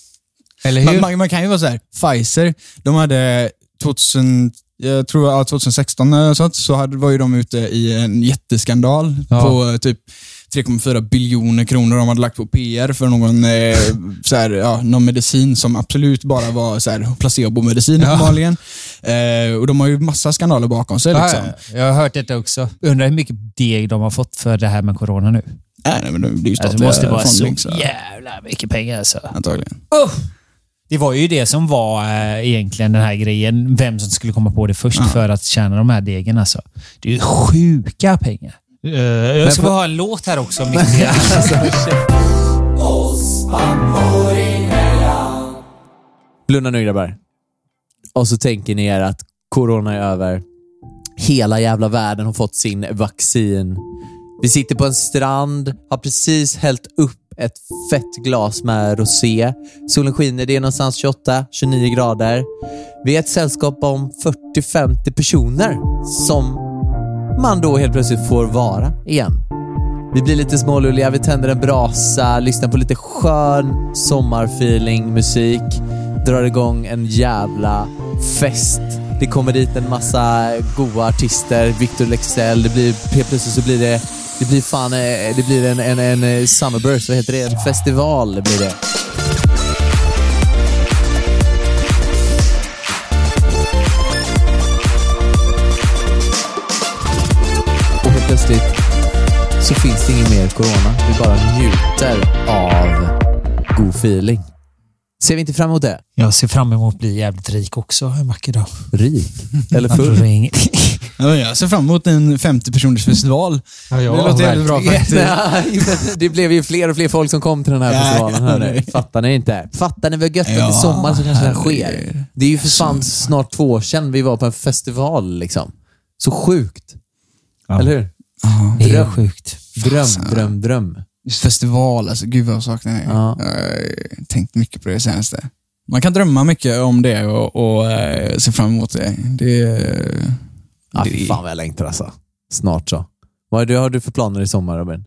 Eller hur? Man, man, man kan ju vara så här, Pfizer, de hade tvåtusen, jag tror ja, tjugohundrasexton så, så hade, var ju de ute i en jätteskandal ja. på typ tre komma fyra biljoner kronor de hade lagt på P R för någon, eh, så här, ja, någon medicin som absolut bara var så här, placebo-medicin ja. vanligen. Eh, och de har ju massa skandaler bakom sig. Liksom. Ja, jag har hört detta också. Undrar hur mycket deg de har fått för det här med corona nu. Nej, nej men det blir ju alltså, det måste vara så liksom. jävla mycket pengar alltså. Antagligen. Oh! Det var ju det som var äh, egentligen den här grejen. Vem som skulle komma på det först ja. för att tjäna de här degen alltså. Det är ju sjuka pengar. Uh, jag ska bara ha en låt här också. Blunda nu grabbar. Och så tänker ni er att corona är över. Hela jävla världen har fått sin vaccin. Vi sitter på en strand, har precis hällt upp ett fett glas med rosé. Solen skiner, det är någonstans tjugoåtta till tjugonio grader. Vi är ett sällskap om fyrtio till femtio personer som man då helt plötsligt får vara igen. Vi blir lite smålulliga, vi tänder en brasa, lyssnar på lite skön sommarfeeling, musik, drar igång en jävla fest. Det kommer dit en massa goa artister, Victor Lexell, det blir helt plötsligt så blir det det blir fan det blir en en en summerburst, vad heter det? En festival det blir det. Och helt plötsligt så finns det ingen mer corona. Vi bara njuter av god feeling. Ser vi inte fram emot det? Jag ser fram emot att bli jävligt rik också en vacker dag. Rik? Eller full? Ja, jag ser fram emot en femtio personers festival. Ja, ja, det låter jävligt bra faktiskt. Nej, det blev ju fler och fler folk som kom till den här ja, festivalen. Hörde. Ja, fattar ni inte? Fattar ni vad gött ja, i sommar så kanske det sker? Det är ju för fan snart två år sedan vi var på en festival liksom. Så sjukt. Ja. Eller hur? Ja, det är sjukt. Dröm, dröm, dröm. Just festival, alltså gud vad jag saknar det. Ja. Jag har tänkt mycket på det senaste. Man kan drömma mycket om det och, och uh, se fram emot det. Det, ja, det fan vad jag längtar alltså. Snart så. Vad är det, har du för planer i sommar, Robin?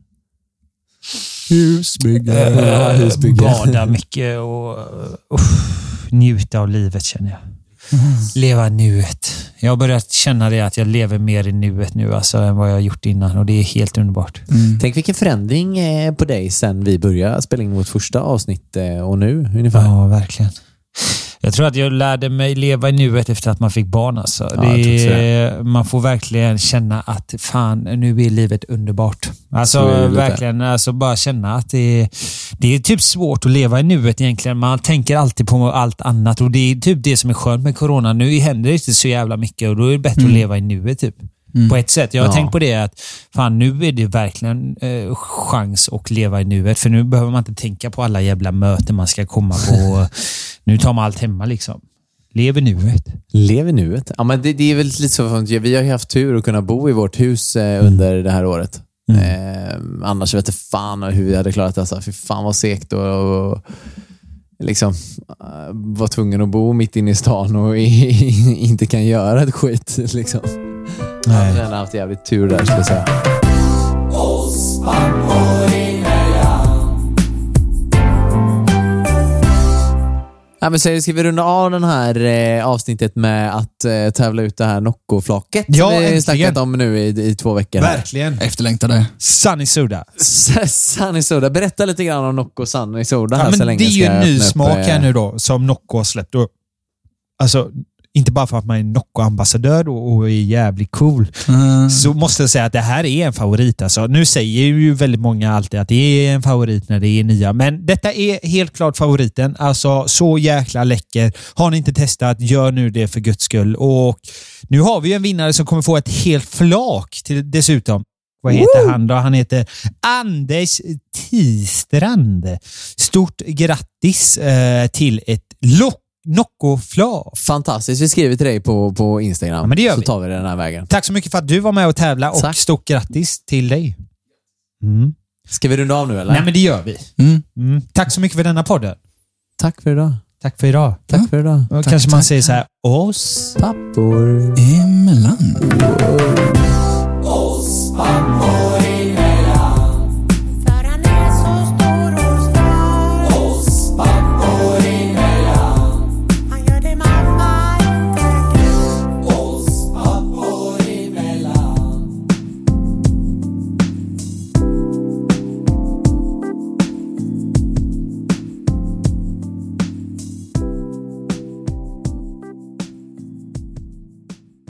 Husbygge. Ja, husbygge. Bada mycket och uh, njuta av livet känner jag. Mm. Leva nuet. Jag har börjat känna det att jag lever mer i nuet nu alltså, än vad jag har gjort innan och det är helt underbart. Mm. Tänk vilken förändring eh, på dig sen vi började spela in vårt första avsnitt eh, och nu ungefär. Ja, verkligen. Jag tror att jag lärde mig leva i nuet efter att man fick barn alltså. Ja, det är, man får verkligen känna att fan, nu är livet underbart. Alltså verkligen, alltså bara känna att det är, det är typ svårt att leva i nuet egentligen. Man tänker alltid på allt annat och det är typ det som är skönt med corona. Nu händer det inte så jävla mycket och då är det bättre mm. att leva i nuet typ. Mm. På ett sätt. Jag har ja. tänkt på det att fan, nu är det verkligen eh, chans att leva i nuet. För nu behöver man inte tänka på alla jävla möten man ska komma på. Nu tar man allt hemma liksom. Lev i nuet. Lev i nuet? Ja, men det, det är väl lite så. Vi har ju haft tur att kunna bo i vårt hus eh, mm. under det här året. Mm. Eh, annars vet jag fan hur vi hade klarat det. Alltså. Fy fan vad segt och, och liksom uh, var tvungen att bo mitt inne i stan och inte kan göra ett skit liksom. Nej. Jag har haft jävligt tur där, ska jag säga. Ja, men så ska vi runda av den här eh, avsnittet med att eh, tävla ut det här Nocco-flaket ja, som vi har snackat om nu i, i två veckor. Verkligen. Efterlängtade. Sunny Soda. Sunny Soda. Berätta lite grann om Nocco Sunny Soda. Ja, här men så länge det är ju en ny upp, smak eh... här nu då som Nocco har släppt. Och, alltså... Inte bara för att man är Nocco-ambassadör och är jävligt cool. Mm. Så måste jag säga att det här är en favorit. Alltså, nu säger ju väldigt många alltid att det är en favorit när det är nya. Men detta är helt klart favoriten. Alltså så jäkla läcker. Har ni inte testat, gör nu det för guds skull. Och nu har vi en vinnare som kommer få ett helt flak till, dessutom. Vad heter Woo! han då? Han heter Anders Tistrand. Stort grattis eh, till ett lock. Nocco-flak. Fantastiskt. Vi skriver till dig på, på Instagram. Ja, men det gör så vi. tar vi den här vägen. Tack så mycket för att du var med och tävla och Tack. stort grattis till dig. Mm. Ska vi runda av nu eller? Nej, men det gör vi. Mm. Mm. Tack så mycket för denna podden. Tack för idag. Tack för idag. Tack ja. för idag. Och tack, kanske tack, man tack. säger så här, oss pappor emellan. Wow.